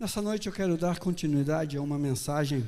Nessa noite eu quero dar continuidade a uma mensagem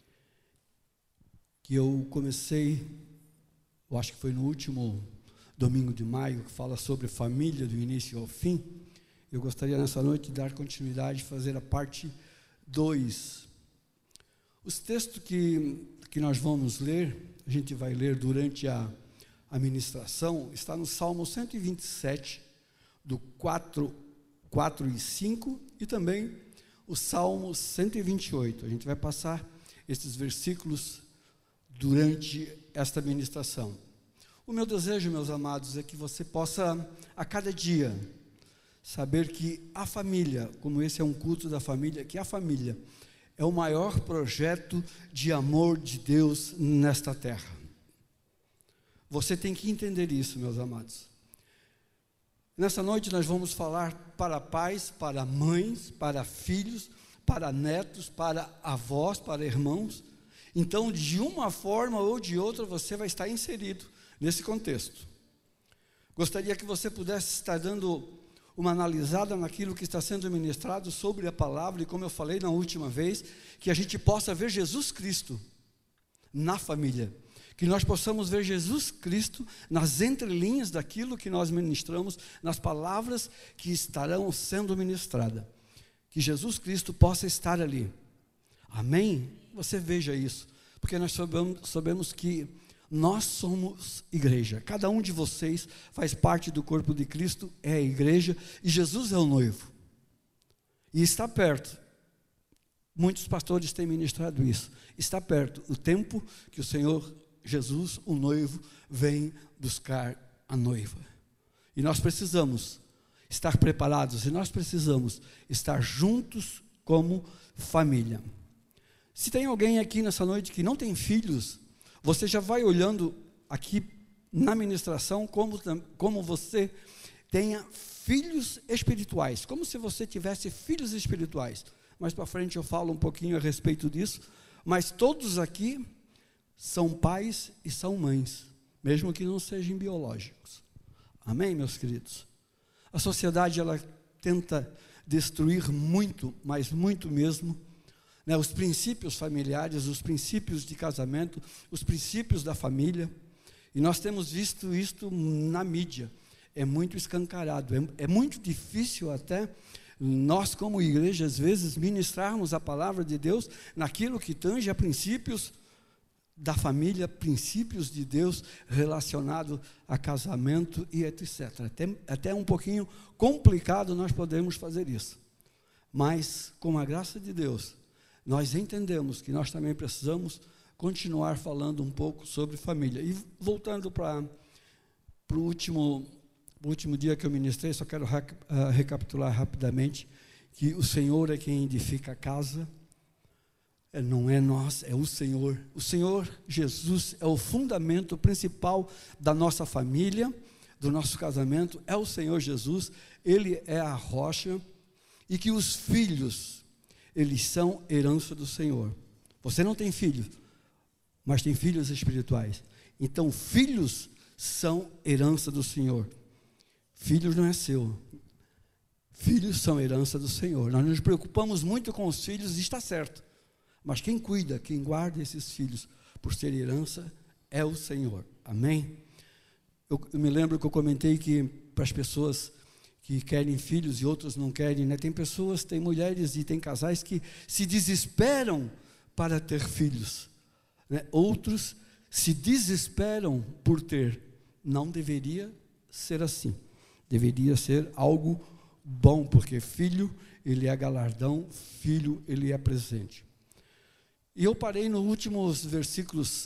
que eu comecei, eu acho que foi no último domingo de maio, que fala sobre família do início ao fim. Eu gostaria nessa noite de dar continuidade, fazer a parte 2. Os textos que nós vamos ler, a gente vai ler durante a ministração, está no Salmo 127, do 4 e 5, e também o Salmo 128. A gente vai passar esses versículos durante esta ministração. O meu desejo, meus amados, é que você possa, a cada dia, saber que a família, como esse é um culto da família, que a família é o maior projeto de amor de Deus nesta terra. Você tem que entender isso, meus amados. Nessa noite nós vamos falar para pais, para mães, para filhos, para netos, para avós, para irmãos. Então, de uma forma ou de outra, você vai estar inserido nesse contexto. Gostaria que você pudesse estar dando uma analisada naquilo que está sendo ministrado sobre a palavra, e como eu falei na última vez, que a gente possa ver Jesus Cristo na família. Que nós possamos ver Jesus Cristo nas entrelinhas daquilo que nós ministramos, nas palavras que estarão sendo ministradas. Que Jesus Cristo possa estar ali. Amém? Você veja isso. Porque nós sabemos que nós somos igreja. Cada um de vocês faz parte do corpo de Cristo, é a igreja, e Jesus é o noivo. E está perto. Muitos pastores têm ministrado isso. Está perto o tempo que o Senhor Jesus, o noivo, vem buscar a noiva. E nós precisamos estar preparados, e nós precisamos estar juntos como família. Se tem alguém aqui nessa noite que não tem filhos, você já vai olhando aqui na ministração como você tenha filhos espirituais, como se você tivesse filhos espirituais. Mais para frente eu falo um pouquinho a respeito disso, mas todos aqui são pais e são mães, mesmo que não sejam biológicos. Amém, meus queridos? A sociedade, ela tenta destruir muito, mas muito mesmo, né, os princípios familiares, os princípios de casamento, os princípios da família, e nós temos visto isto na mídia. É muito escancarado, é muito difícil até nós como igreja, às vezes, ministrarmos a palavra de Deus naquilo que tange a princípios da família, princípios de Deus relacionados a casamento e etc. Até um pouquinho complicado nós podemos fazer isso. Mas, com a graça de Deus, nós entendemos que nós também precisamos continuar falando um pouco sobre família. E voltando para o último dia que eu ministrei, só quero recapitular rapidamente que o Senhor é quem edifica a casa. Não é nós, é o Senhor. O Senhor Jesus é o fundamento principal da nossa família, do nosso casamento, é o Senhor Jesus, Ele é a rocha, e que os filhos, eles são herança do Senhor. Você não tem filhos, mas tem filhos espirituais. Então, filhos são herança do Senhor. Filhos não é seu. Filhos são herança do Senhor. Nós nos preocupamos muito com os filhos, e está certo. Mas quem cuida, quem guarda esses filhos por ser herança é o Senhor. Amém? Eu me lembro que eu comentei que para as pessoas que querem filhos e outros não querem, né? Tem pessoas, tem mulheres e tem casais que se desesperam para ter filhos, né? Outros se desesperam por ter. Não deveria ser assim. Deveria ser algo bom, porque filho, ele é galardão, filho, ele é presente. E eu parei nos últimos versículos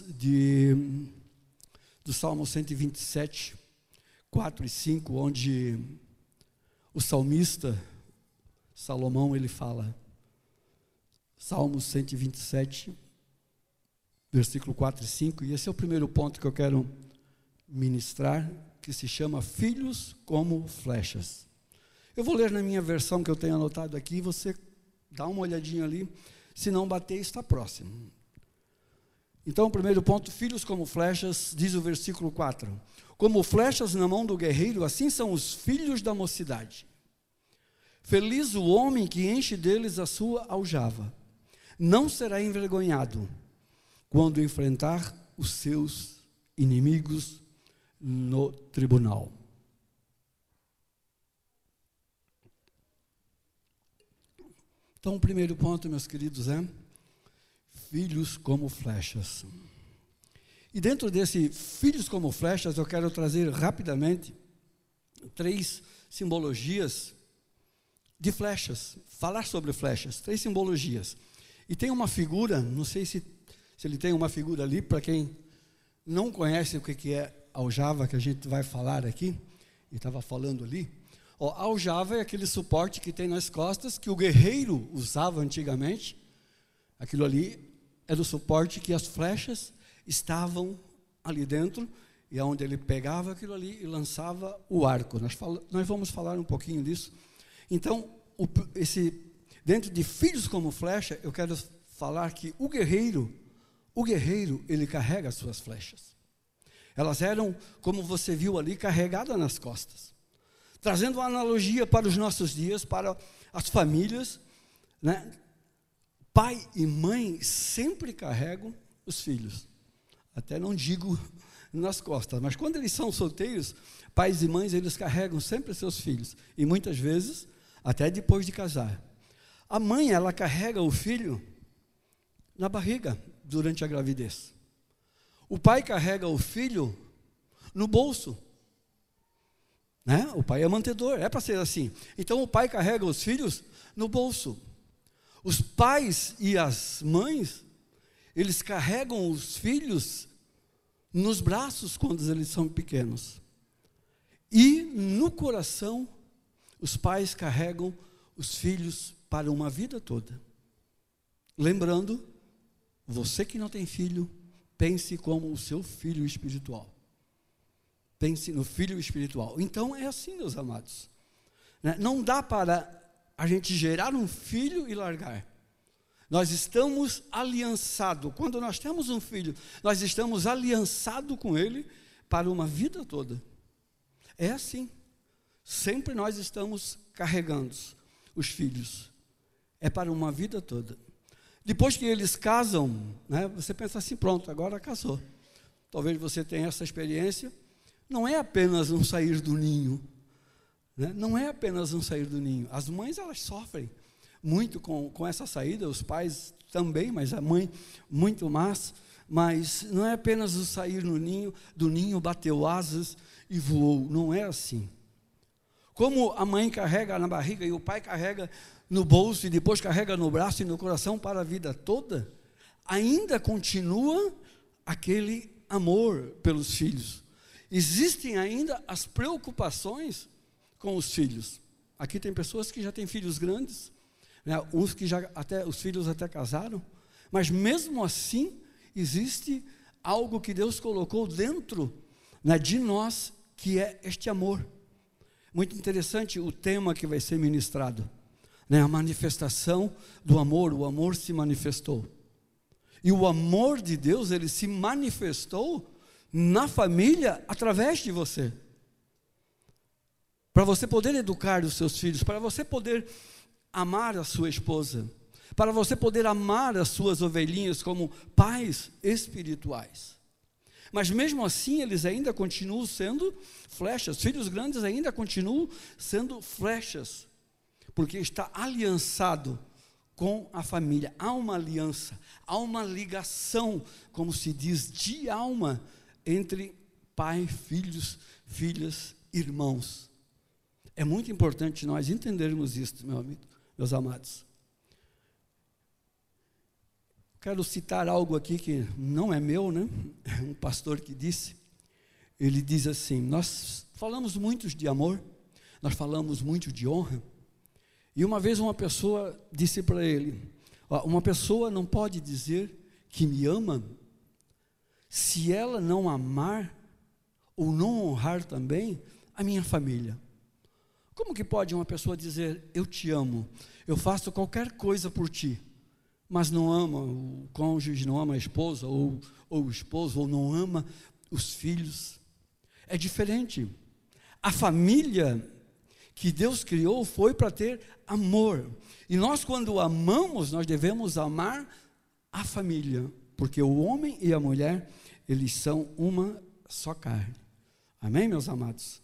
do Salmo 127, 4 e 5, onde o salmista, Salomão, ele fala, Salmo 127, versículo 4 e 5, e esse é o primeiro ponto que eu quero ministrar, que se chama filhos como flechas. Eu vou ler na minha versão que eu tenho anotado aqui, você dá uma olhadinha ali. Se não bater, está próximo. Então, o primeiro ponto, filhos como flechas, diz o versículo 4. Como flechas na mão do guerreiro, assim são os filhos da mocidade. Feliz o homem que enche deles a sua aljava. Não será envergonhado quando enfrentar os seus inimigos no tribunal. Então, o primeiro ponto, meus queridos, é filhos como flechas. E dentro desse filhos como flechas, eu quero trazer rapidamente 3 simbologias de flechas, falar sobre flechas, 3 simbologias. E tem uma figura, não sei se ele tem uma figura ali, para quem não conhece o que é aljava, que a gente vai falar aqui, e estava falando ali. A aljava é aquele suporte que tem nas costas, que o guerreiro usava antigamente. Aquilo ali era o suporte que as flechas estavam ali dentro, e é onde ele pegava aquilo ali e lançava o arco. Nós vamos falar um pouquinho disso. Então, dentro de filhos como flecha, eu quero falar que o guerreiro, ele carrega as suas flechas. Elas eram, como você viu ali, carregadas nas costas. Trazendo uma analogia para os nossos dias, para as famílias, né? Pai e mãe sempre carregam os filhos. Até não digo nas costas, mas quando eles são solteiros, pais e mães, eles carregam sempre seus filhos. E muitas vezes, até depois de casar. A mãe, ela carrega o filho na barriga durante a gravidez. O pai carrega o filho no bolso. Né? O pai é mantedor, é para ser assim. Então o pai carrega os filhos no bolso. Os pais e as mães, eles carregam os filhos nos braços quando eles são pequenos. E no coração, os pais carregam os filhos para uma vida toda. Lembrando, você que não tem filho, pense como o seu filho espiritual. Pense no filho espiritual. Então é assim, meus amados. Não dá para a gente gerar um filho e largar. Nós estamos aliançados. Quando nós temos um filho, nós estamos aliançados com ele para uma vida toda. É assim. Sempre nós estamos carregando os filhos. É para uma vida toda. Depois que eles casam, né, você pensa assim, pronto, agora casou. Talvez você tenha essa experiência. Não é apenas um sair do ninho. Né? Não é apenas um sair do ninho. As mães, elas sofrem muito com essa saída, os pais também, mas a mãe muito mais. Mas não é apenas o sair no ninho, do ninho bateu asas e voou. Não é assim. Como a mãe carrega na barriga e o pai carrega no bolso e depois carrega no braço e no coração para a vida toda, ainda continua aquele amor pelos filhos. Existem ainda as preocupações com os filhos. Aqui tem pessoas que já têm filhos grandes, né? Uns que os filhos até casaram, mas mesmo assim existe algo que Deus colocou dentro, né, de nós, que é este amor. Muito interessante o tema que vai ser ministrado, né? A manifestação do amor. O amor se manifestou. E o amor de Deus, ele se manifestou na família através de você. Para você poder educar os seus filhos, para você poder amar a sua esposa, para você poder amar as suas ovelhinhas como pais espirituais. Mas mesmo assim, eles ainda continuam sendo flechas. Filhos grandes ainda continuam sendo flechas, porque está aliançado com a família. Há uma aliança, há uma ligação, como se diz, de alma, entre pai, filhos, filhas, irmãos. É muito importante nós entendermos isso, meus amados. Quero citar algo aqui que não é meu, né? É um pastor que disse. Ele diz assim: nós falamos muito de amor, nós falamos muito de honra. E uma vez uma pessoa disse para ele: uma pessoa não pode dizer que me ama se ela não amar ou não honrar também a minha família. Como que pode uma pessoa dizer, eu te amo, eu faço qualquer coisa por ti, mas não ama o cônjuge, não ama a esposa, ou o esposo, ou não ama os filhos? É diferente. A família que Deus criou foi para ter amor. E nós, quando amamos, nós devemos amar a família, porque o homem e a mulher, eles são uma só carne. Amém, meus amados?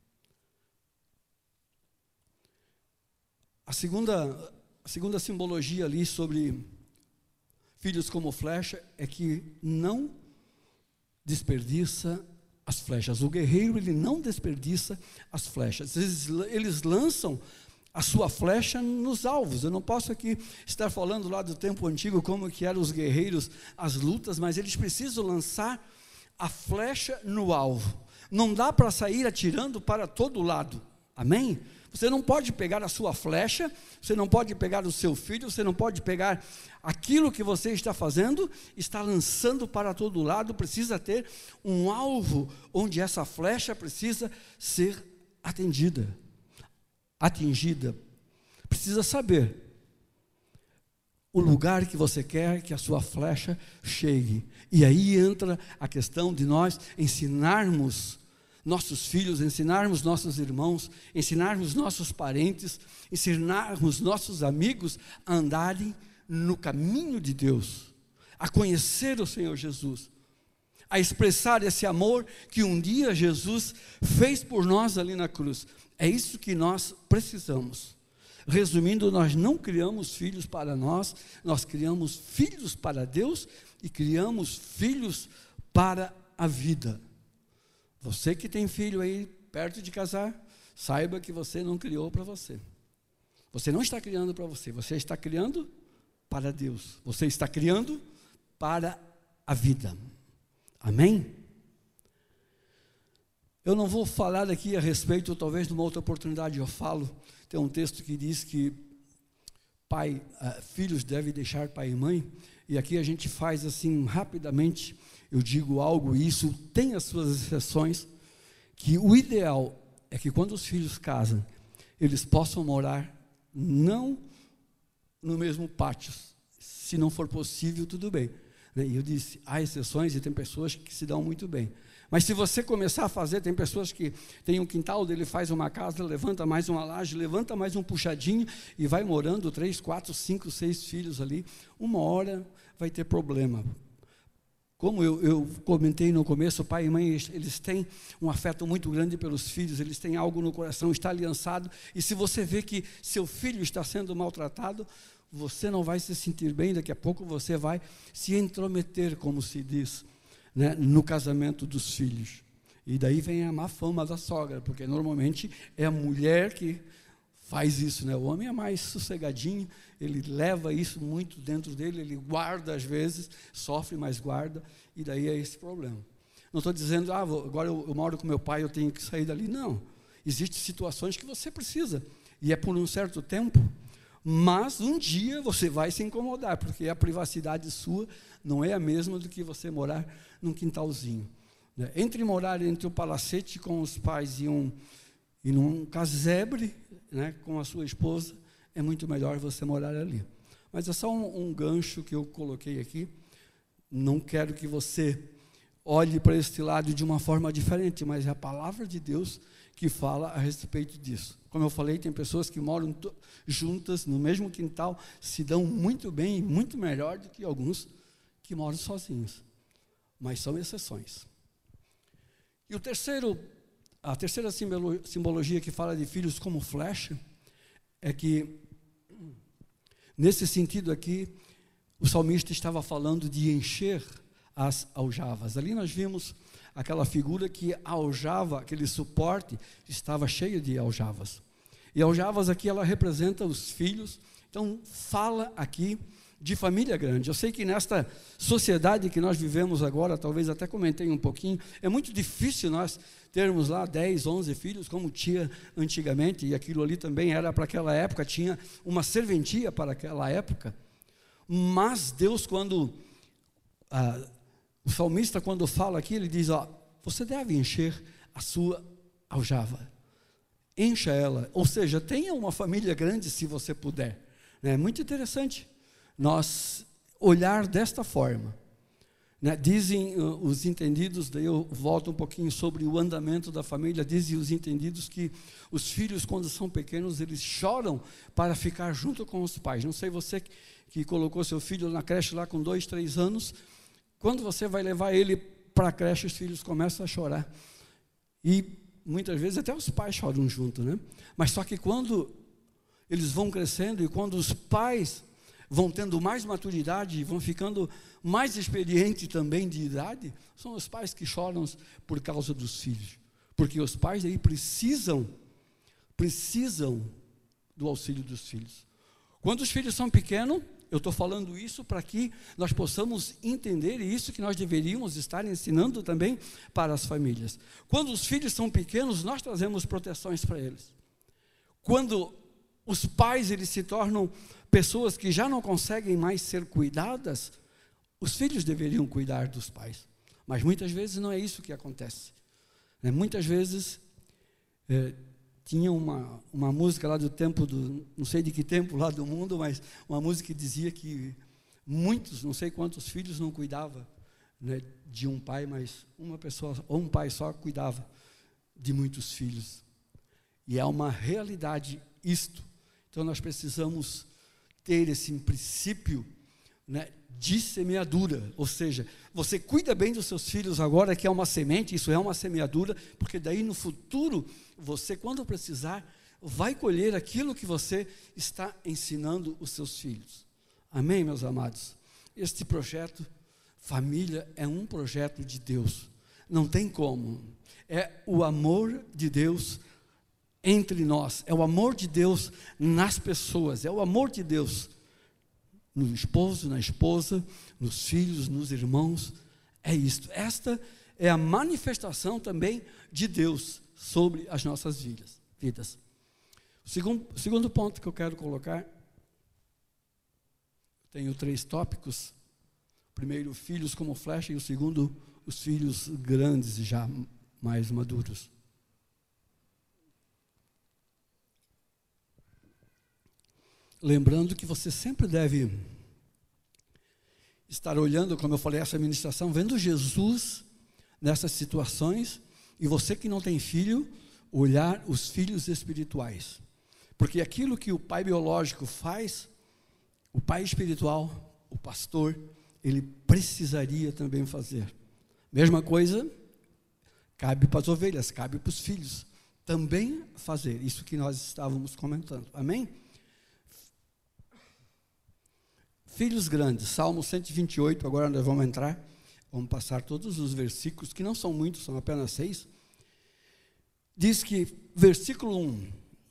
A segunda simbologia ali sobre filhos como flecha é que não desperdiça as flechas. O guerreiro, ele não desperdiça as flechas. Eles lançam a sua flecha nos alvos. Eu não posso aqui estar falando lá do tempo antigo como que eram os guerreiros, as lutas, mas eles precisam lançar a flecha no alvo. Não dá para sair atirando para todo lado. Amém? Você não pode pegar a sua flecha, você não pode pegar o seu filho, você não pode pegar aquilo que você está fazendo, está lançando para todo lado. Precisa ter um alvo onde essa flecha precisa ser atingida. Precisa saber o lugar que você quer que a sua flecha chegue. E aí entra a questão de nós ensinarmos nossos filhos, ensinarmos nossos irmãos, ensinarmos nossos parentes, ensinarmos nossos amigos a andarem no caminho de Deus, a conhecer o Senhor Jesus, a expressar esse amor que um dia Jesus fez por nós ali na cruz. É isso que nós precisamos. Resumindo, nós não criamos filhos para nós criamos filhos para Deus e criamos filhos para a vida. Você que tem filho aí perto de casar, saiba que você não criou para você. Você não está criando para você, você está criando para Deus. Você está criando para a vida. Amém? Eu não vou falar aqui a respeito, talvez numa outra oportunidade eu falo. Tem um texto que diz que filhos devem deixar pai e mãe, e aqui a gente faz assim rapidamente, eu digo algo, e isso tem as suas exceções, que o ideal é que quando os filhos casam, eles possam morar não no mesmo pátio, se não for possível, tudo bem. E eu disse, há exceções e tem pessoas que se dão muito bem. Mas se você começar a fazer, tem pessoas que tem um quintal, ele faz uma casa, levanta mais uma laje, levanta mais um puxadinho e vai morando 3, 4, 5, 6 filhos ali, uma hora vai ter problema. Como eu comentei no começo, pai e mãe, eles têm um afeto muito grande pelos filhos, eles têm algo no coração, está aliançado, e se você vê que seu filho está sendo maltratado, você não vai se sentir bem, daqui a pouco você vai se intrometer, como se diz, né, no casamento dos filhos. E daí vem a má fama da sogra, porque normalmente é a mulher que faz isso, né? O homem é mais sossegadinho, ele leva isso muito dentro dele, ele guarda às vezes, sofre, mas guarda, e daí é esse problema. Não estou dizendo, agora eu moro com meu pai, eu tenho que sair dali. Não, existem situações que você precisa, e é por um certo tempo, mas um dia você vai se incomodar, porque a privacidade sua não é a mesma do que você morar num quintalzinho. Entre morar entre o palacete com os pais e num casebre, né, com a sua esposa, é muito melhor você morar ali. Mas é só um gancho que eu coloquei aqui. Não quero que você olhe para este lado de uma forma diferente, mas é a palavra de Deus que fala a respeito disso. Como eu falei, tem pessoas que moram juntas no mesmo quintal, se dão muito bem, muito melhor do que alguns que moram sozinhos. Mas são exceções. E a terceira simbologia que fala de filhos como flecha, é que, nesse sentido aqui, o salmista estava falando de encher as aljavas. Ali nós vimos aquela figura que a aljava, aquele suporte, estava cheio de aljavas. E aljavas aqui, ela representa os filhos. Então, fala aqui de família grande. Eu sei que nesta sociedade que nós vivemos agora, talvez até comentei um pouquinho, é muito difícil nós termos lá 10, 11 filhos, como tinha antigamente, e aquilo ali também era para aquela época, tinha uma serventia para aquela época. Mas Deus, quando o salmista, quando fala aqui, ele diz, você deve encher a sua aljava, encha ela, ou seja, tenha uma família grande se você puder. É muito interessante nós olhar desta forma, Né? Dizem os entendidos, daí eu volto um pouquinho sobre o andamento da família, dizem os entendidos que os filhos, quando são pequenos, eles choram para ficar junto com os pais. Não sei você que colocou seu filho na creche lá com 2, 3 anos, quando você vai levar ele para a creche, os filhos começam a chorar. E muitas vezes até os pais choram junto, né? Mas só que quando eles vão crescendo e quando os pais vão tendo mais maturidade, vão ficando mais experientes também de idade, são os pais que choram por causa dos filhos. Porque os pais aí precisam do auxílio dos filhos. Quando os filhos são pequenos, eu estou falando isso para que nós possamos entender, e isso que nós deveríamos estar ensinando também para as famílias. Quando os filhos são pequenos, nós trazemos proteções para eles. Quando os pais eles se tornam pessoas que já não conseguem mais ser cuidadas, os filhos deveriam cuidar dos pais. Mas muitas vezes não é isso que acontece. Muitas vezes, tinha uma música lá do tempo, não sei de que tempo lá do mundo, mas uma música que dizia que muitos, não sei quantos filhos não cuidavam, né, de um pai, mas uma pessoa, ou um pai só cuidava de muitos filhos. E é uma realidade isto. Então nós precisamos ter esse princípio, né, de semeadura, ou seja, você cuida bem dos seus filhos agora, que é uma semente, isso é uma semeadura, porque daí no futuro, você quando precisar, vai colher aquilo que você está ensinando os seus filhos. Amém, meus amados? Este projeto, família, é um projeto de Deus, não tem como, é o amor de Deus entre nós, é o amor de Deus nas pessoas, é o amor de Deus no esposo, na esposa, nos filhos, nos irmãos, é isto. Esta é a manifestação também de Deus sobre as nossas vidas. O segundo ponto que eu quero colocar, tenho 3 tópicos. O primeiro, filhos como flecha, e o segundo, os filhos grandes, já mais maduros. Lembrando que você sempre deve estar olhando, como eu falei, essa ministração, vendo Jesus nessas situações, e você que não tem filho, olhar os filhos espirituais. Porque aquilo que o pai biológico faz, o pai espiritual, o pastor, ele precisaria também fazer. Mesma coisa, cabe para as ovelhas, cabe para os filhos também fazer, isso que nós estávamos comentando. Amém? Filhos grandes, Salmo 128, agora nós vamos entrar, vamos passar todos os versículos, que não são muitos, são apenas 6. Diz que, versículo 1,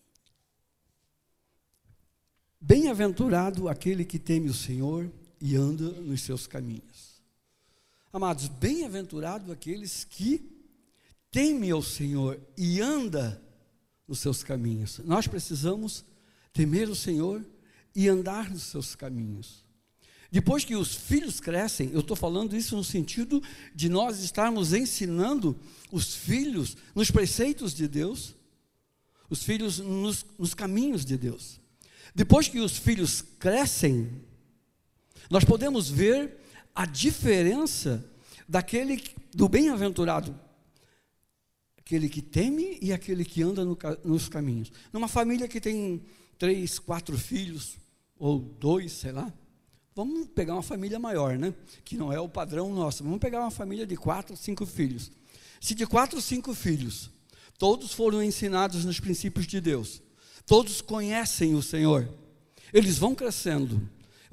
bem-aventurado aquele que teme o Senhor e anda nos seus caminhos. Amados, bem-aventurado aqueles que temem ao Senhor e anda nos seus caminhos. Nós precisamos temer o Senhor e andar nos seus caminhos. Depois que os filhos crescem, eu estou falando isso no sentido de nós estarmos ensinando os filhos nos preceitos de Deus, os filhos nos caminhos de Deus. Depois que os filhos crescem, nós podemos ver a diferença do bem-aventurado, aquele que teme e aquele que anda nos caminhos. Numa família que tem 3, 4 filhos, ou 2, sei lá, vamos pegar uma família maior, né? Que não é o padrão nosso. Vamos pegar uma família de 4, 5 filhos. Se de 4, 5 filhos, todos foram ensinados nos princípios de Deus, todos conhecem o Senhor, eles vão crescendo,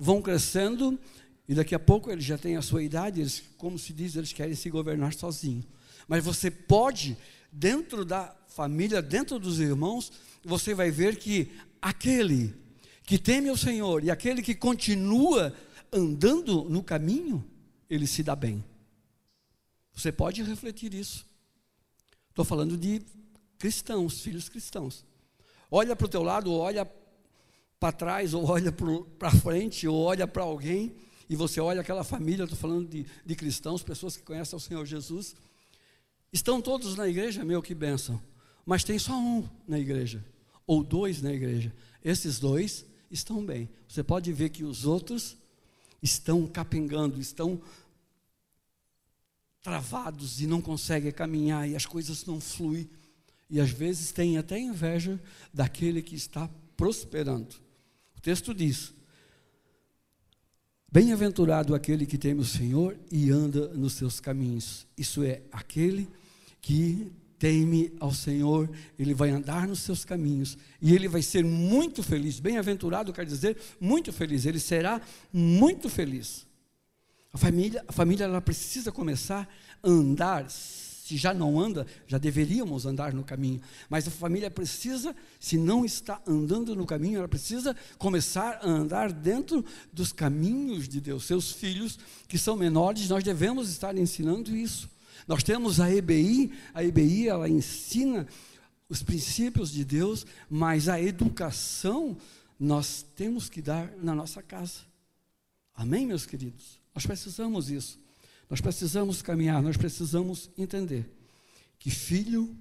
e daqui a pouco eles já têm a sua idade, eles, como se diz, eles querem se governar sozinhos. Mas você pode, dentro da família, dentro dos irmãos, você vai ver que aquele que teme ao Senhor e aquele que continua andando no caminho, ele se dá bem. Você pode refletir isso. Estou falando de cristãos, filhos cristãos. Olha para o teu lado, ou olha para trás, ou olha para frente, ou olha para alguém, e você olha aquela família, estou falando de cristãos, pessoas que conhecem o Senhor Jesus. Estão todos na igreja? Meu, que bênção. Mas tem só um na igreja, ou 2 na igreja. Esses 2 estão bem. Você pode ver que os outros estão capengando, estão travados e não conseguem caminhar e as coisas não fluem. E às vezes tem até inveja daquele que está prosperando. O texto diz: bem-aventurado aquele que teme o Senhor e anda nos seus caminhos. Isso é, aquele que teme ao Senhor, ele vai andar nos seus caminhos e ele vai ser muito feliz. Bem-aventurado quer dizer muito feliz, ele será muito feliz. A família ela precisa começar a andar. Se já não anda, já deveríamos andar no caminho, mas a família precisa, se não está andando no caminho, ela precisa começar a andar dentro dos caminhos de Deus. Seus filhos que são menores, nós devemos estar ensinando isso. Nós temos a EBI ela ensina os princípios de Deus, mas a educação nós temos que dar na nossa casa. Amém, meus queridos? Nós precisamos disso. Nós precisamos caminhar, nós precisamos entender que filho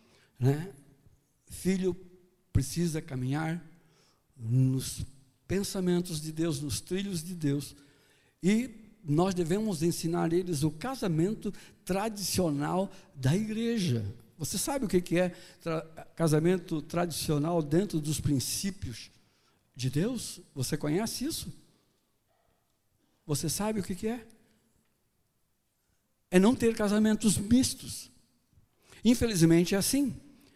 precisa caminhar nos pensamentos de Deus, nos trilhos de Deus, e nós devemos ensinar eles o casamento tradicional da igreja. Você sabe o que é casamento tradicional dentro dos princípios de Deus? Você conhece isso? Você sabe o que é? É não ter casamentos mistos. Infelizmente é assim.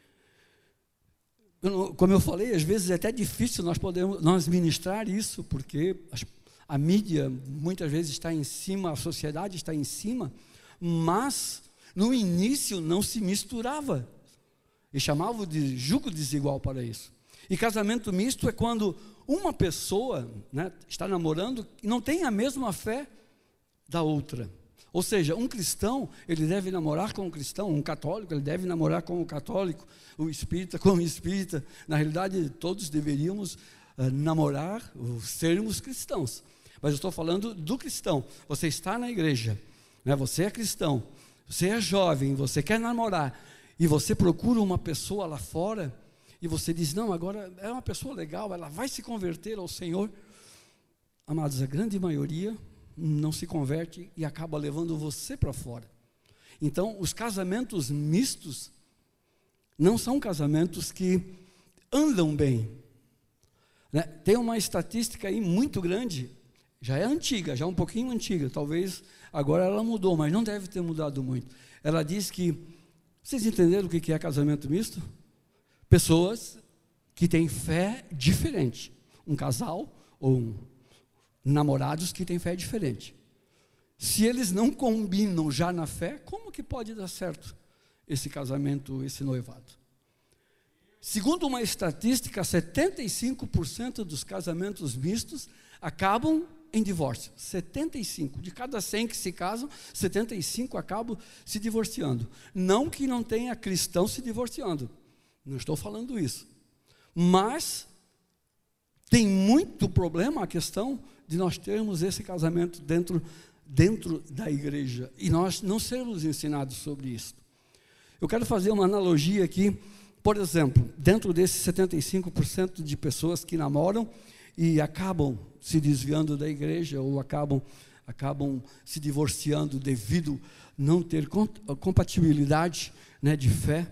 Como eu falei, às vezes é até difícil nós ministrar isso, porque a mídia muitas vezes está em cima, a sociedade está em cima, mas no início não se misturava. E chamavam de jugo desigual para isso. E casamento misto é quando uma pessoa está namorando e não tem a mesma fé da outra. Ou seja, um cristão, ele deve namorar com um cristão, um católico, ele deve namorar com um católico, o espírita com o espírita. Na realidade, todos deveríamos namorar, sermos cristãos. Mas eu estou falando do cristão. Você está na igreja, você é cristão, você é jovem, você quer namorar, e você procura uma pessoa lá fora, e você diz, não, agora é uma pessoa legal, ela vai se converter ao Senhor. Amados, a grande maioria não se converte e acaba levando você para fora. Então, os casamentos mistos não são casamentos que andam bem. Tem uma estatística aí muito grande, já é antiga, já é um pouquinho antiga, talvez agora ela mudou, mas não deve ter mudado muito. Ela diz que, vocês entenderam o que é casamento misto? Pessoas que têm fé diferente, um casal ou namorados que têm fé diferente. Se eles não combinam já na fé, como que pode dar certo esse casamento, esse noivado? Segundo uma estatística, 75% dos casamentos mistos acabam em divórcio. 75, de cada 100 que se casam, 75 acabam se divorciando. Não que não tenha cristão se divorciando, não estou falando isso, mas tem muito problema a questão de nós termos esse casamento dentro da igreja, e nós não sermos ensinados sobre isso. Eu quero fazer uma analogia aqui. Por exemplo, dentro desses 75% de pessoas que namoram e acabam se desviando da igreja, ou acabam se divorciando devido a não ter compatibilidade de fé,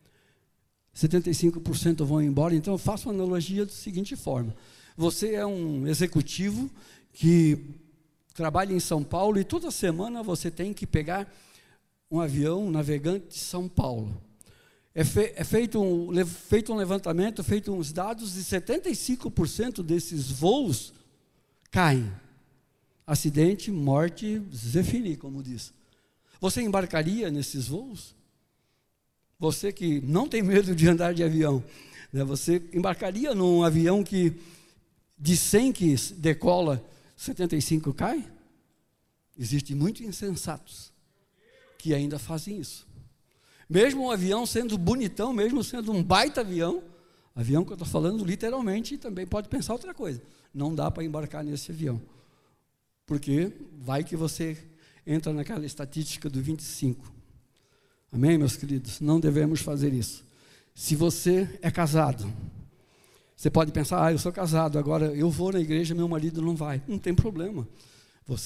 75% vão embora. Então eu faço uma analogia da seguinte forma: você é um executivo que trabalha em São Paulo e toda semana você tem que pegar um avião navegante de São Paulo. É feito um levantamento, feito uns dados, e 75% desses voos caem. Acidente, morte, zefini, como diz. Você embarcaria nesses voos? Você que não tem medo de andar de avião, você embarcaria num avião que de 100 que decola, 75 cai? Existem muitos insensatos que ainda fazem isso. Mesmo o avião sendo bonitão, mesmo sendo um baita avião que eu estou falando literalmente, também pode pensar outra coisa. Não dá para embarcar nesse avião, porque vai que você entra naquela estatística do 25. Amém, meus queridos? Não devemos fazer isso. Se você é casado, você pode pensar, eu sou casado, agora eu vou na igreja, meu marido não vai. Não tem problema. Você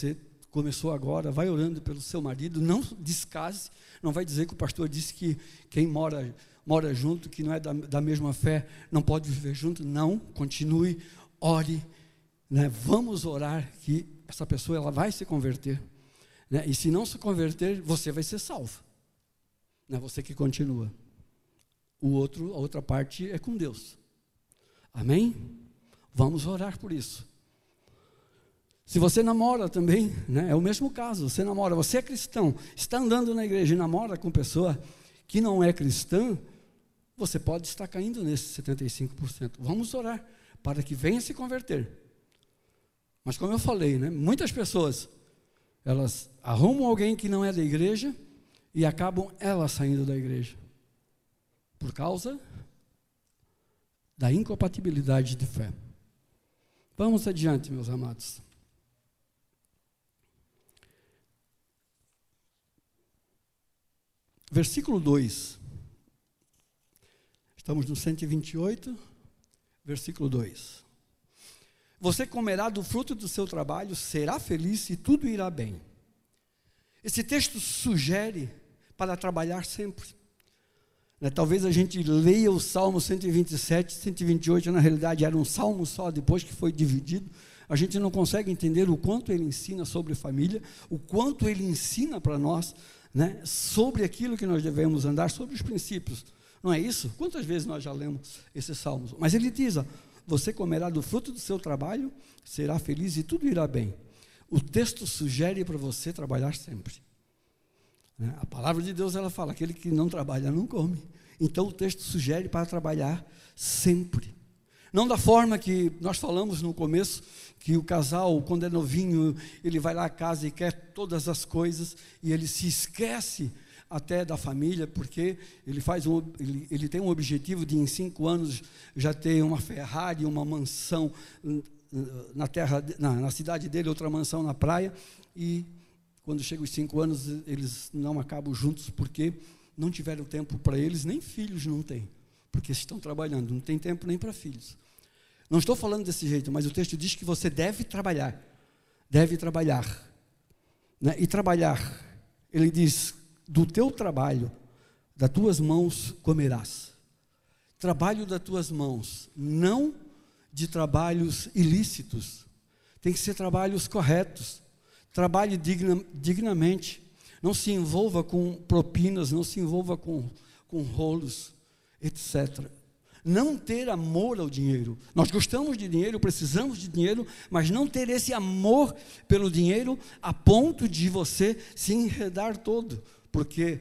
começou agora, vai orando pelo seu marido, não descase, não vai dizer que o pastor disse que quem mora junto, que não é da mesma fé, não pode viver junto. Não, continue, ore, né? Vamos orar que essa pessoa ela vai se converter, né? E se não se converter, você vai ser salvo, não é você que continua. A outra parte é com Deus. Amém? Vamos orar por isso. Se você namora também, né, é o mesmo caso. Você namora, você é cristão, está andando na igreja e namora com pessoa que não é cristã, você pode estar caindo nesses 75%. Vamos orar para que venha se converter. Mas como eu falei, né, muitas pessoas, elas arrumam alguém que não é da igreja e acabam elas saindo da igreja. Por causa da incompatibilidade de fé. Vamos adiante, meus amados. Versículo 2. Estamos no 128, versículo 2. Você comerá do fruto do seu trabalho, será feliz e tudo irá bem. Esse texto sugere para trabalhar sempre. Talvez a gente leia o Salmo 127, 128, na realidade era um salmo só, depois que foi dividido. A gente não consegue entender o quanto ele ensina sobre família, o quanto ele ensina para nós, né, sobre aquilo que nós devemos andar, sobre os princípios. Não é isso? Quantas vezes nós já lemos esses salmos? Mas ele diz, você comerá do fruto do seu trabalho, será feliz e tudo irá bem. O texto sugere para você trabalhar sempre. A palavra de Deus, ela fala, aquele que não trabalha não come. Então o texto sugere para trabalhar sempre. Não da forma que nós falamos no começo, que o casal, quando é novinho, ele vai lá à casa e quer todas as coisas, e ele se esquece até da família, porque ele tem um objetivo de em 5 anos já ter uma Ferrari, uma mansão na cidade dele, outra mansão na praia, e quando chegam os 5 anos, eles não acabam juntos, porque não tiveram tempo para eles, nem filhos não têm, porque estão trabalhando, não tem tempo nem para filhos. Não estou falando desse jeito, mas o texto diz que você deve trabalhar, né? E trabalhar, ele diz, do teu trabalho, das tuas mãos comerás. Trabalho das tuas mãos, não de trabalhos ilícitos, tem que ser trabalhos corretos. Trabalhe dignamente, não se envolva com propinas, não se envolva com rolos, etc. Não ter amor ao dinheiro. Nós gostamos de dinheiro, precisamos de dinheiro, mas não ter esse amor pelo dinheiro a ponto de você se enredar todo, porque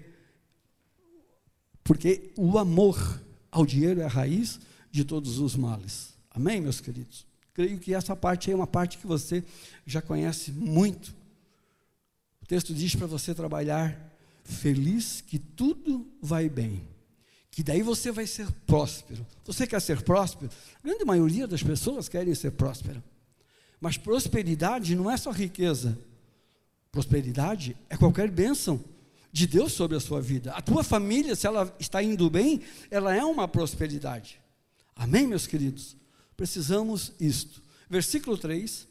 o amor ao dinheiro é a raiz de todos os males. Amém, meus queridos? Creio que essa parte é uma parte que você já conhece muito. O texto diz para você trabalhar feliz, que tudo vai bem, que daí você vai ser próspero. Você quer ser próspero? A grande maioria das pessoas querem ser próspera. Mas prosperidade não é só riqueza. Prosperidade é qualquer bênção de Deus sobre a sua vida. A tua família, se ela está indo bem, ela é uma prosperidade. Amém, meus queridos? Precisamos isto. Versículo 3.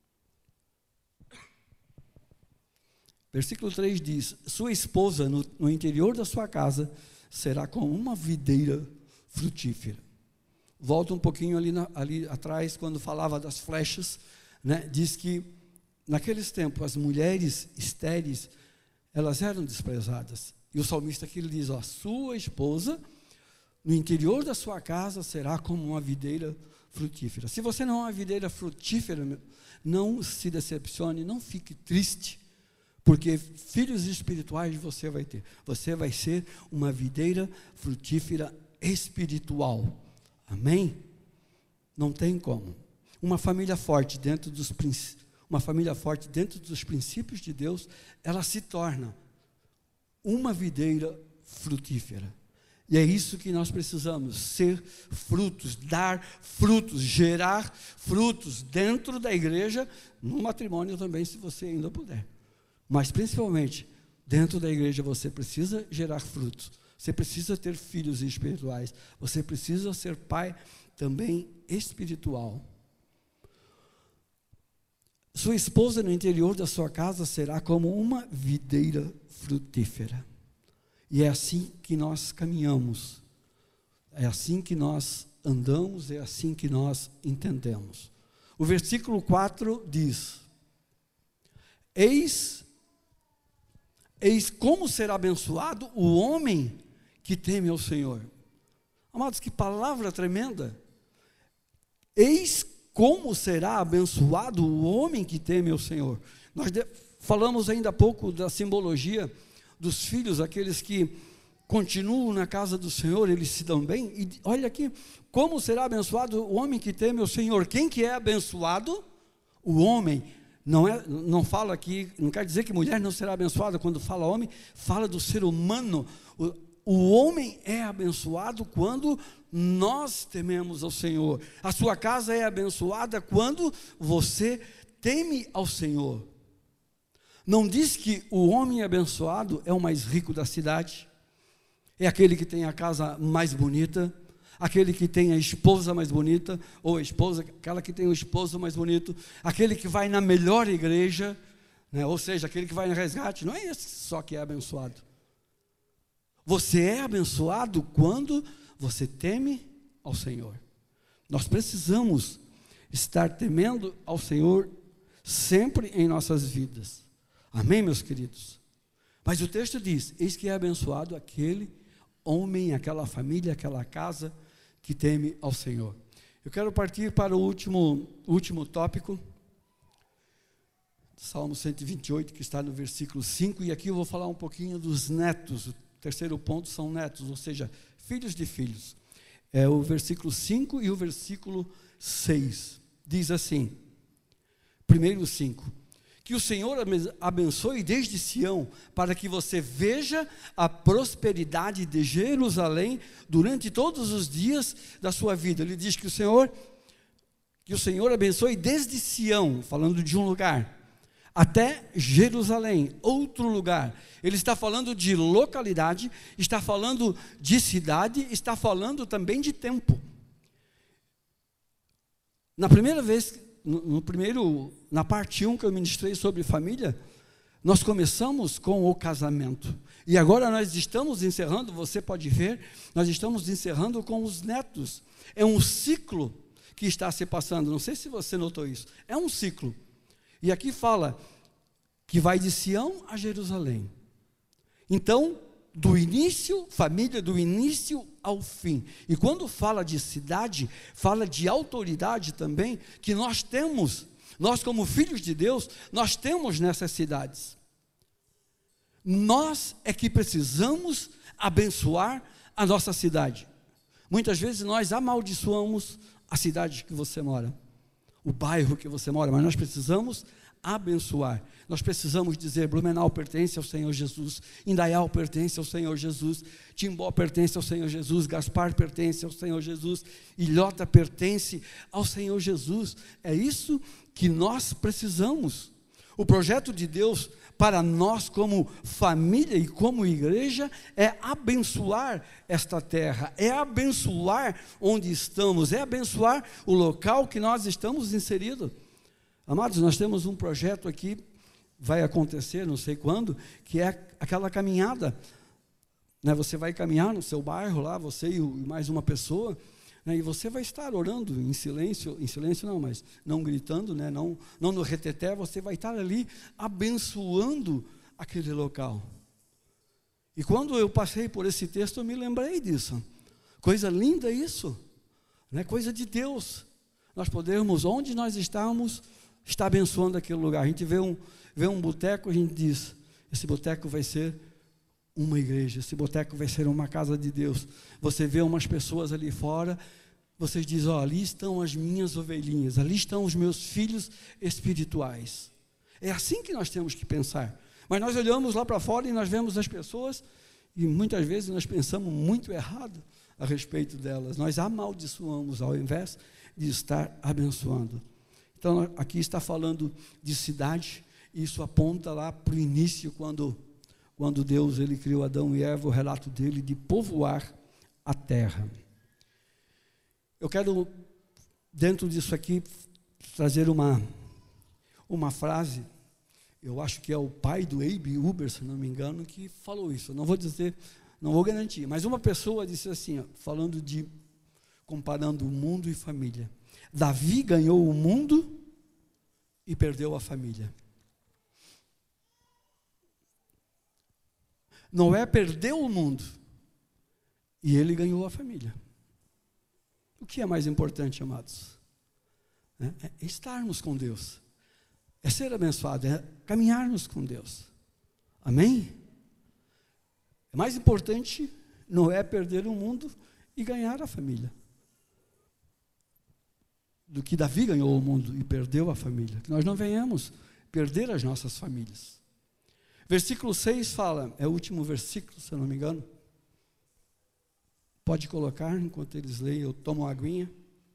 Versículo 3 diz, sua esposa no interior da sua casa será como uma videira frutífera. Volta um pouquinho ali atrás, quando falava das flechas, né? Diz que naqueles tempos as mulheres estéreis, elas eram desprezadas. E o salmista aqui ele diz, sua esposa no interior da sua casa será como uma videira frutífera. Se você não é uma videira frutífera, não se decepcione, não fique triste, porque filhos espirituais você vai ter. Você vai ser uma videira frutífera espiritual. Amém? Não tem como. Uma família forte dentro dos princípios de Deus, ela se torna uma videira frutífera. E é isso que nós precisamos, ser frutos, dar frutos, gerar frutos dentro da igreja, no matrimônio também, se você ainda puder. Mas principalmente, dentro da igreja você precisa gerar frutos, você precisa ter filhos espirituais, você precisa ser pai também espiritual. Sua esposa no interior da sua casa será como uma videira frutífera. E é assim que nós caminhamos, é assim que nós andamos, é assim que nós entendemos. O versículo 4 diz: Eis como será abençoado o homem que teme ao Senhor. Amados, que palavra tremenda! Eis como será abençoado o homem que teme ao Senhor. Nós falamos ainda há pouco da simbologia dos filhos, aqueles que continuam na casa do Senhor, eles se dão bem. E olha aqui, como será abençoado o homem que teme ao Senhor. Quem que é abençoado? O homem. Não fala aqui, não quer dizer que mulher não será abençoada. Quando fala homem, fala do ser humano. O homem é abençoado quando nós tememos ao Senhor. A sua casa é abençoada quando você teme ao Senhor. Não diz que o homem abençoado é o mais rico da cidade, é aquele que tem a casa mais bonita, aquele que tem a esposa mais bonita, ou a esposa, aquela que tem o esposo mais bonito, aquele que vai na melhor igreja, né? Ou seja, aquele que vai no resgate. Não é esse só que é abençoado. Você é abençoado quando você teme ao Senhor. Nós precisamos estar temendo ao Senhor sempre em nossas vidas. Amém, meus queridos? Mas o texto diz: eis que é abençoado aquele homem, aquela família, aquela casa que teme ao Senhor. Eu quero partir para o último tópico, Salmo 128, que está no versículo 5, e aqui eu vou falar um pouquinho dos netos. O terceiro ponto são netos, ou seja, filhos de filhos. É o versículo 5 e o versículo 6. Diz assim, primeiro 5: que o Senhor abençoe desde Sião, para que você veja a prosperidade de Jerusalém durante todos os dias da sua vida. Ele diz que o Senhor abençoe desde Sião, falando de um lugar, até Jerusalém, outro lugar. Ele está falando de localidade, está falando de cidade, está falando também de tempo. Na primeira vez, na parte 1 que eu ministrei sobre família, nós começamos com o casamento. E agora nós estamos encerrando, você pode ver, nós estamos encerrando com os netos. É um ciclo que está se passando, não sei se você notou isso. É um ciclo. E aqui fala que vai de Sião a Jerusalém. Então, do início, família, do início ao fim. E quando fala de cidade, fala de autoridade também, que nós temos, nós como filhos de Deus, nós temos nessas cidades. Nós é que precisamos abençoar a nossa cidade. Muitas vezes nós amaldiçoamos a cidade que você mora, o bairro que você mora, mas nós precisamos abençoar. Nós precisamos dizer: Blumenau pertence ao Senhor Jesus, Indaial pertence ao Senhor Jesus, Timbó pertence ao Senhor Jesus, Gaspar pertence ao Senhor Jesus, Ilhota pertence ao Senhor Jesus. É isso que nós precisamos. O projeto de Deus para nós como família e como igreja é abençoar esta terra, é abençoar onde estamos, é abençoar o local que nós estamos inseridos. Amados, nós temos um projeto aqui, vai acontecer, não sei quando, que é aquela caminhada, né? Você vai caminhar no seu bairro lá, você e mais uma pessoa, né? E você vai estar orando em silêncio não, mas não gritando, né? não no reteté, você vai estar ali abençoando aquele local. E quando eu passei por esse texto, eu me lembrei disso. Coisa linda isso, né? Coisa de Deus. Nós podemos, onde nós estamos, está abençoando aquele lugar. A gente vê um boteco, a gente diz: esse boteco vai ser uma igreja, esse boteco vai ser uma casa de Deus. Você vê umas pessoas ali fora, vocês dizem: ó, ali estão as minhas ovelhinhas, ali estão os meus filhos espirituais. É assim que nós temos que pensar. Mas nós olhamos lá para fora e nós vemos as pessoas, e muitas vezes nós pensamos muito errado a respeito delas. Nós amaldiçoamos ao invés de estar abençoando. Então aqui está falando de cidade, e isso aponta lá para o início, quando Deus ele criou Adão e Eva, o relato dele de povoar a terra. Eu quero, dentro disso aqui, trazer uma uma frase, eu acho que é o pai do Abe Uber, se não me engano, que falou isso. Eu não vou dizer, não vou garantir, mas uma pessoa disse assim, ó, comparando o mundo e família. Davi ganhou o mundo e perdeu a família. Noé perdeu o mundo e ele ganhou a família. O que é mais importante, amados? É estarmos com Deus, é ser abençoado, é caminharmos com Deus. Amém? É mais importante Noé perder o mundo e ganhar a família, do que Davi ganhou o mundo e perdeu a família. Que nós não venhamos perder as nossas famílias. Versículo 6 fala, é o último versículo, se eu não me engano. Pode colocar, enquanto eles leem, eu tomo uma aguinha.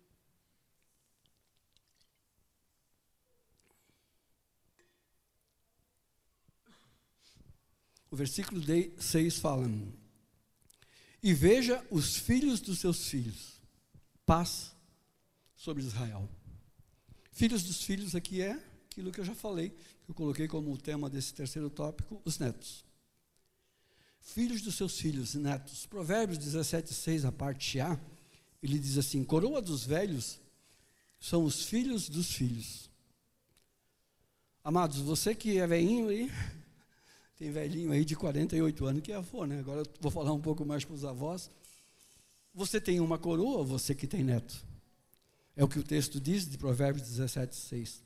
O versículo 6 fala: e veja os filhos dos seus filhos, paz sobre Israel. Filhos dos filhos aqui é aquilo que eu já falei, que eu coloquei como o tema desse terceiro tópico, os netos. Filhos dos seus filhos, netos. Provérbios 17:6, a parte A, ele diz assim: coroa dos velhos são os filhos dos filhos. Amados, você que é velhinho aí, tem velhinho aí de 48 anos que é avô, né? Agora eu vou falar um pouco mais para os avós. Você tem uma coroa, você que tem neto. É o que o texto diz de Provérbios 17:6.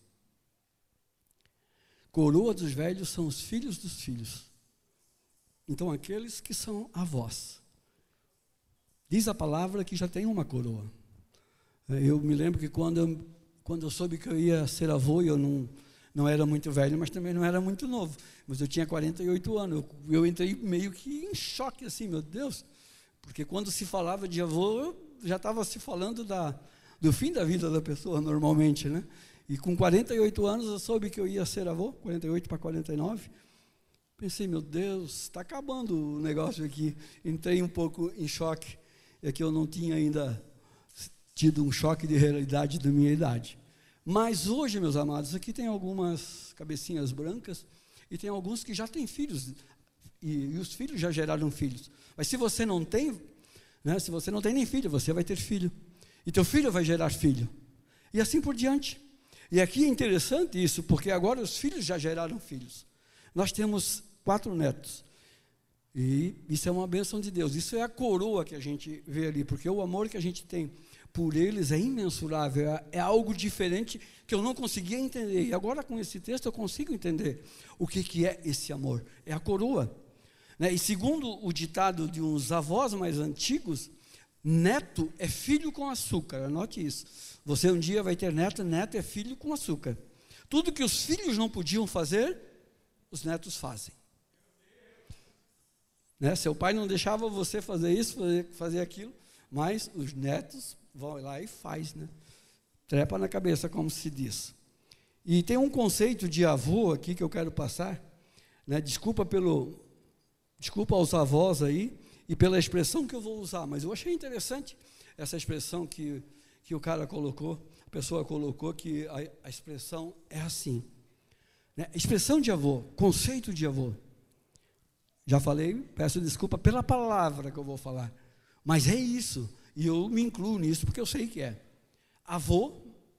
Coroa dos velhos são os filhos dos filhos. Então, aqueles que são avós. Diz a palavra que já tem uma coroa. Eu me lembro que quando eu soube que eu ia ser avô, eu não era muito velho, mas também não era muito novo. Mas eu tinha 48 anos. Eu entrei meio que em choque, assim, meu Deus. Porque quando se falava de avô, já estava se falando do fim da vida da pessoa, normalmente, né? E com 48 anos eu soube que eu ia ser avô, 48 para 49. Pensei, meu Deus, está acabando o negócio aqui. Entrei um pouco em choque. É que eu não tinha ainda tido um choque de realidade da minha idade. Mas hoje, meus amados, aqui tem algumas cabecinhas brancas e tem alguns que já têm filhos. E os filhos já geraram filhos. Mas se você não tem, né, se você não tem nem filho, você vai ter filho. E teu filho vai gerar filho. E assim por diante. E aqui é interessante isso, porque agora os filhos já geraram filhos. Nós temos 4 netos. E isso é uma bênção de Deus. Isso é a coroa que a gente vê ali, porque o amor que a gente tem por eles é imensurável, é algo diferente que eu não conseguia entender. E agora com esse texto eu consigo entender o que é esse amor. É a coroa. Né? E segundo o ditado de uns avós mais antigos, neto é filho com açúcar. Anote isso. Você um dia vai ter neto, neto é filho com açúcar. Tudo que os filhos não podiam fazer, os netos fazem. Né? Seu pai não deixava você fazer isso, fazer aquilo, mas os netos vão lá e faz, né? Trepa na cabeça, como se diz. E tem um conceito de avô aqui que eu quero passar, né? Desculpa aos avós aí e pela expressão que eu vou usar, mas eu achei interessante essa expressão que o cara colocou, a pessoa colocou, que a expressão é assim, né? Expressão de avô, conceito de avô. Já falei, peço desculpa pela palavra que eu vou falar, mas é isso, e eu me incluo nisso porque eu sei que é. Avô,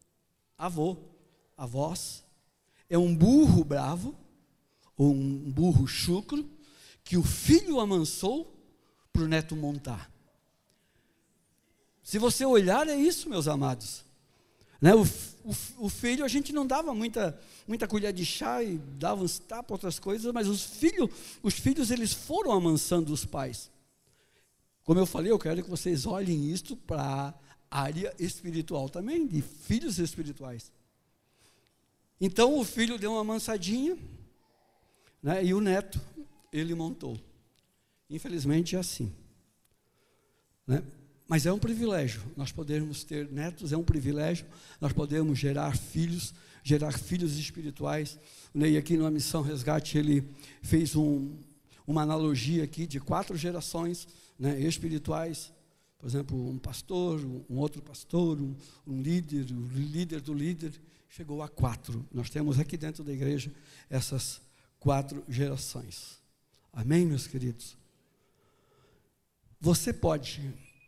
avós, é um burro bravo, ou um burro chucro, que o filho amansou para o neto montar. Se você olhar, é isso, meus amados. Né? O filho, a gente não dava muita colher de chá e dava uns tapas, outras coisas, mas os filhos, eles foram amansando os pais. Como eu falei, eu quero que vocês olhem isto para a área espiritual também, de filhos espirituais. Então, o filho deu uma amansadinha, né, e o neto, ele montou. Infelizmente, é assim. Né? Mas é um privilégio, nós podermos ter netos, é um privilégio, nós podemos gerar filhos espirituais. O Ney aqui na Missão Resgate, ele fez uma analogia aqui de 4 gerações, né, espirituais. Por exemplo, um pastor, um outro pastor, um líder, o líder do líder, chegou a 4. Nós temos aqui dentro da igreja essas 4 gerações. Amém, meus queridos? Você pode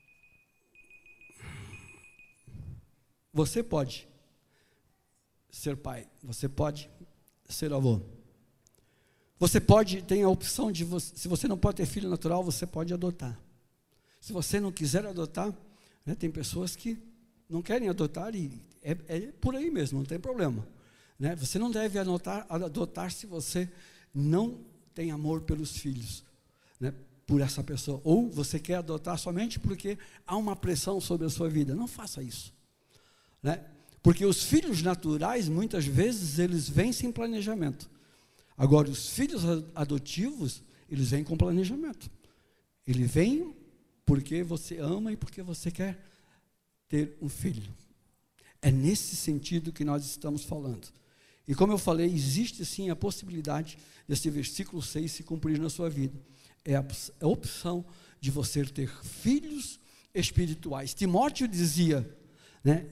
ser pai, você pode ser avô. Você pode, tem a opção de, se você não pode ter filho natural, você pode adotar. Se você não quiser adotar, né, tem pessoas que não querem adotar e é por aí mesmo, não tem problema. Né? Você não deve adotar se você não tem amor pelos filhos, né, por essa pessoa. Ou você quer adotar somente porque há uma pressão sobre a sua vida. Não faça isso. Né? Porque os filhos naturais, muitas vezes, eles vêm sem planejamento. Agora, os filhos adotivos, eles vêm com planejamento. Ele vem porque você ama e porque você quer ter um filho. É nesse sentido que nós estamos falando. E como eu falei, existe sim a possibilidade desse versículo 6 se cumprir na sua vida. É a opção de você ter filhos espirituais. Timóteo dizia, né,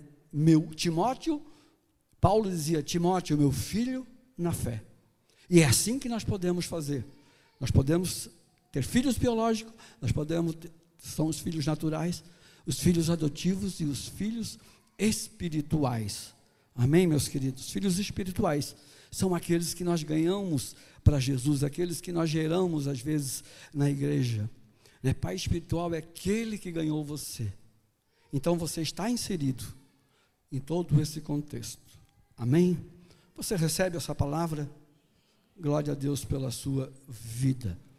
Paulo dizia, Timóteo, meu filho na fé. E é assim que nós podemos fazer. Nós podemos ter filhos biológicos, são os filhos naturais, os filhos adotivos e os filhos espirituais. Amém, meus queridos? Filhos espirituais são aqueles que nós ganhamos para Jesus, aqueles que nós geramos, às vezes, na igreja. Né? Pai espiritual é aquele que ganhou você. Então, você está inserido em todo esse contexto. Amém? Você recebe essa palavra? Glória a Deus pela sua vida.